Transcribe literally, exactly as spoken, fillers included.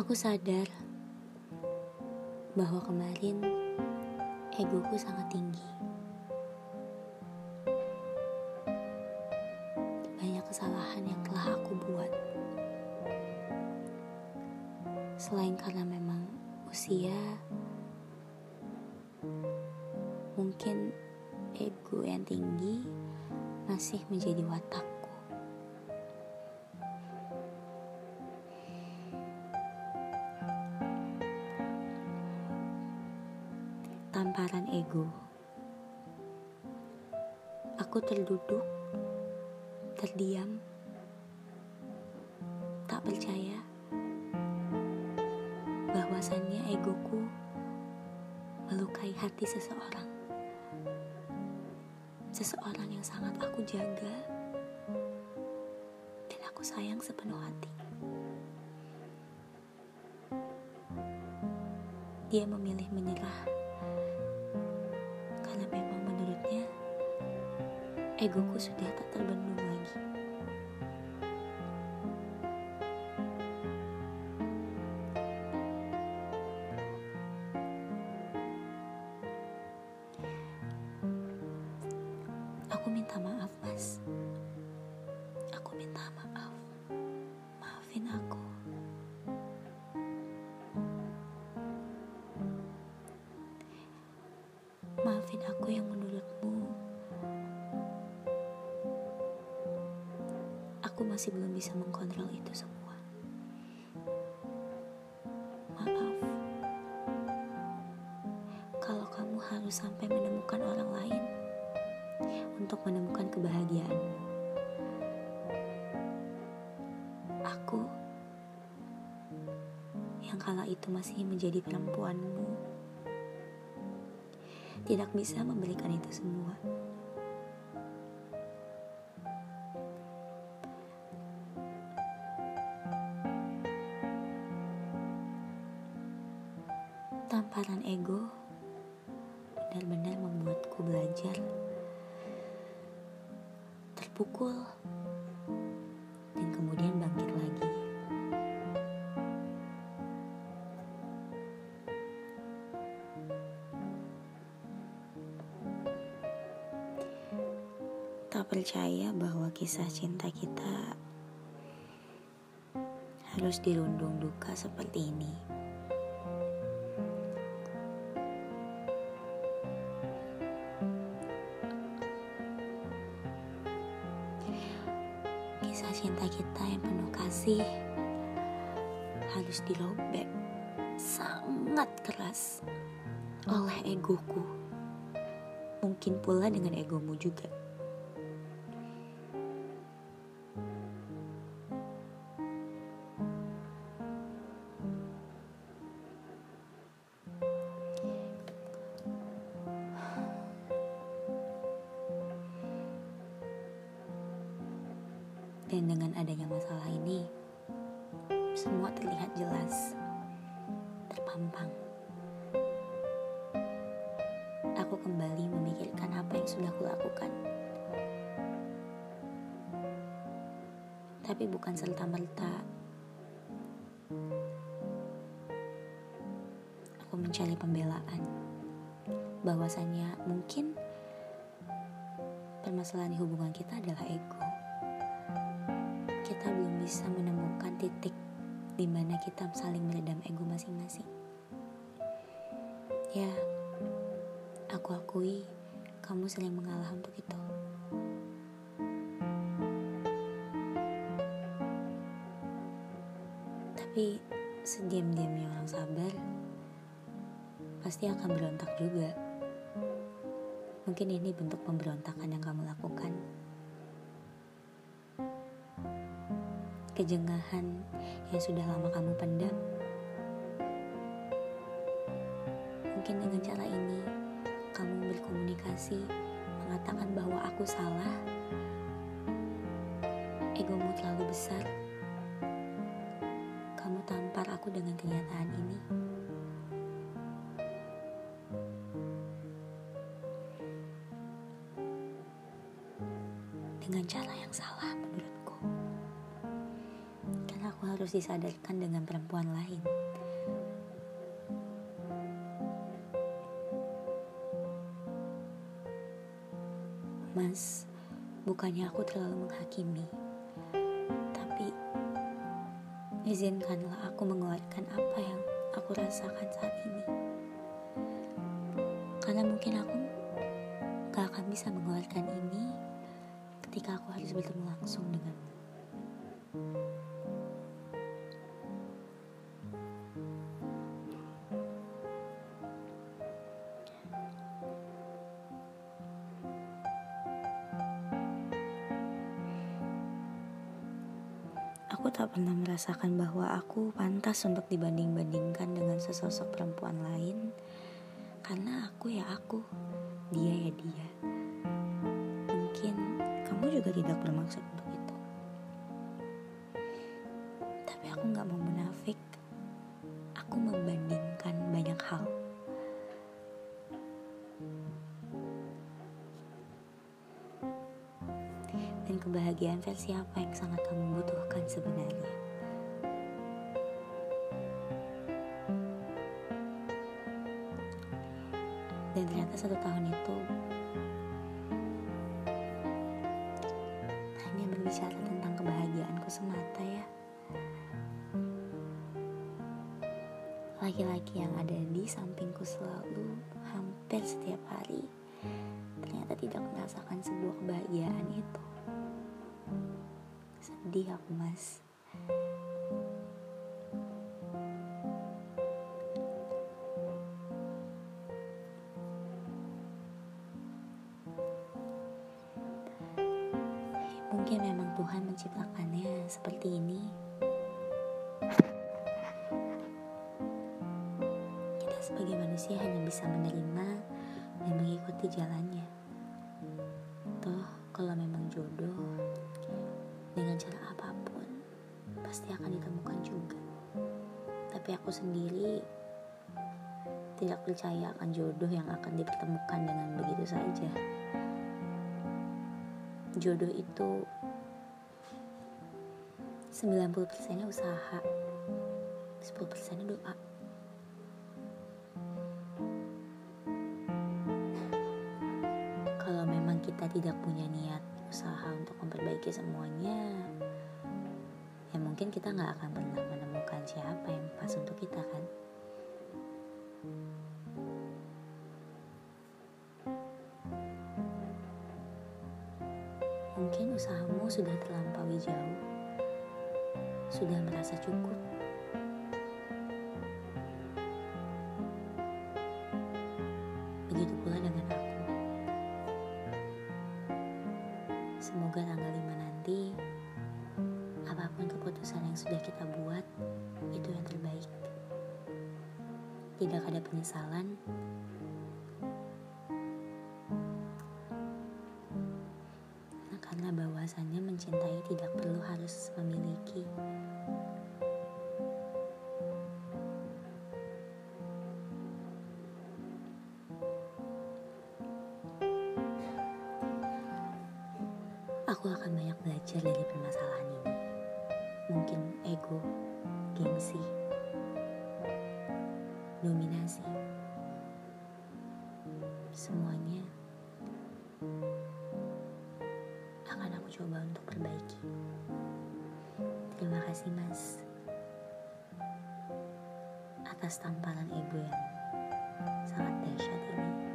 Aku sadar bahwa kemarin egoku sangat tinggi. Banyak kesalahan yang telah aku buat. Selain karena memang usia, mungkin ego yang tinggi masih menjadi watakku. Tamparan ego. Aku terduduk, terdiam, tak percaya bahwasannya egoku melukai hati seseorang. Seseorang yang sangat aku jaga dan aku sayang sepenuh hati. Dia memilih menyerah karena memang menurutnya egoku sudah tak terbendung lagi. Aku minta maaf, Mas. Aku minta maaf. Maafin aku. Maafin aku yang menurutmu aku masih belum bisa mengkontrol itu semua. Maaf kalau kamu harus sampai menemukan orang lain untuk menemukan kebahagiaanmu. Aku yang kala itu masih menjadi perempuanmu tidak bisa memberikan itu semua. Tamparan ego benar-benar membuatku belajar, terpukul, dan kemudian bangkit lagi. Tak percaya bahwa kisah cinta kita harus dirundung duka seperti ini. Kisah cinta kita yang penuh kasih harus dirobek sangat keras oleh egoku. Mungkin pula dengan egomu juga. Dan dengan adanya masalah ini, semua terlihat jelas, terpampang. Aku kembali memikirkan apa yang sudah kulakukan. Tapi bukan serta-merta aku mencari pembelaan, bahwasannya mungkin permasalahan di hubungan kita adalah ego. Kita belum bisa menemukan titik di mana kita saling meredam ego masing-masing. Ya, aku akui kamu sering mengalah untuk itu. Tapi sediam-diamnya orang sabar pasti akan berontak juga. Mungkin ini bentuk pemberontakan yang kamu lakukan. Kejengahan yang sudah lama kamu pendam. Mungkin dengan cara ini kamu berkomunikasi, mengatakan bahwa aku salah, egomu terlalu besar, kamu tampar aku dengan kenyataan ini. Dengan cara yang salah menurutku. Karena aku harus disadarkan dengan perempuan lain. Mas, bukannya aku terlalu menghakimi, tapi izinkanlah aku mengeluarkan apa yang aku rasakan saat ini. Karena mungkin aku gak akan bisa mengeluarkan ini ketika aku harus bertemu langsung denganmu. Aku tak pernah merasakan bahwa aku pantas untuk dibanding-bandingkan dengan sesosok perempuan lain. Karena aku ya aku, dia ya dia. Mungkin kamu juga tidak bermaksud untuk itu. Tapi aku gak mau munafik. Aku membandingkan banyak hal. Dan kebahagiaan versi apa yang sangat kamu butuhkan sebenarnya? Dan ternyata satu tahun itu hanya berbicara tentang kebahagiaanku semata ya. Laki-laki yang ada di sampingku selalu, hampir setiap hari, ternyata tidak merasakan sebuah kebahagiaan itu. Sedih aku, Mas. Mungkin memang Tuhan menciptakannya seperti ini. Kita sebagai manusia hanya bisa menerima dan mengikuti jalannya. Toh, kalau memang jodoh, dengan cara apapun pasti akan ditemukan juga. Tapi aku sendiri tidak percaya akan jodoh yang akan dipertemukan dengan begitu saja. Jodoh itu sembilan puluh persennya usaha, sepuluh persennya doa. Kalau memang kita tidak punya niat usaha untuk memperbaiki semuanya, ya mungkin kita gak akan pernah menemukan siapa yang pas untuk kita kan. Mungkin usahamu sudah terlampaui jauh, sudah merasa cukup. Begitu pula dengan aku. Semoga tanggal lima nanti, apapun keputusan yang sudah kita buat, itu yang terbaik. Tidak ada penyesalan, karena bahwasannya mencintai tidak perlu harus memiliki. Aku akan banyak belajar dari permasalahan ini. Mungkin ego, gengsi, dominasi, semuanya akan aku coba untuk perbaiki. Terima kasih Mas atas tamparan ego yang sangat dahsyat ini.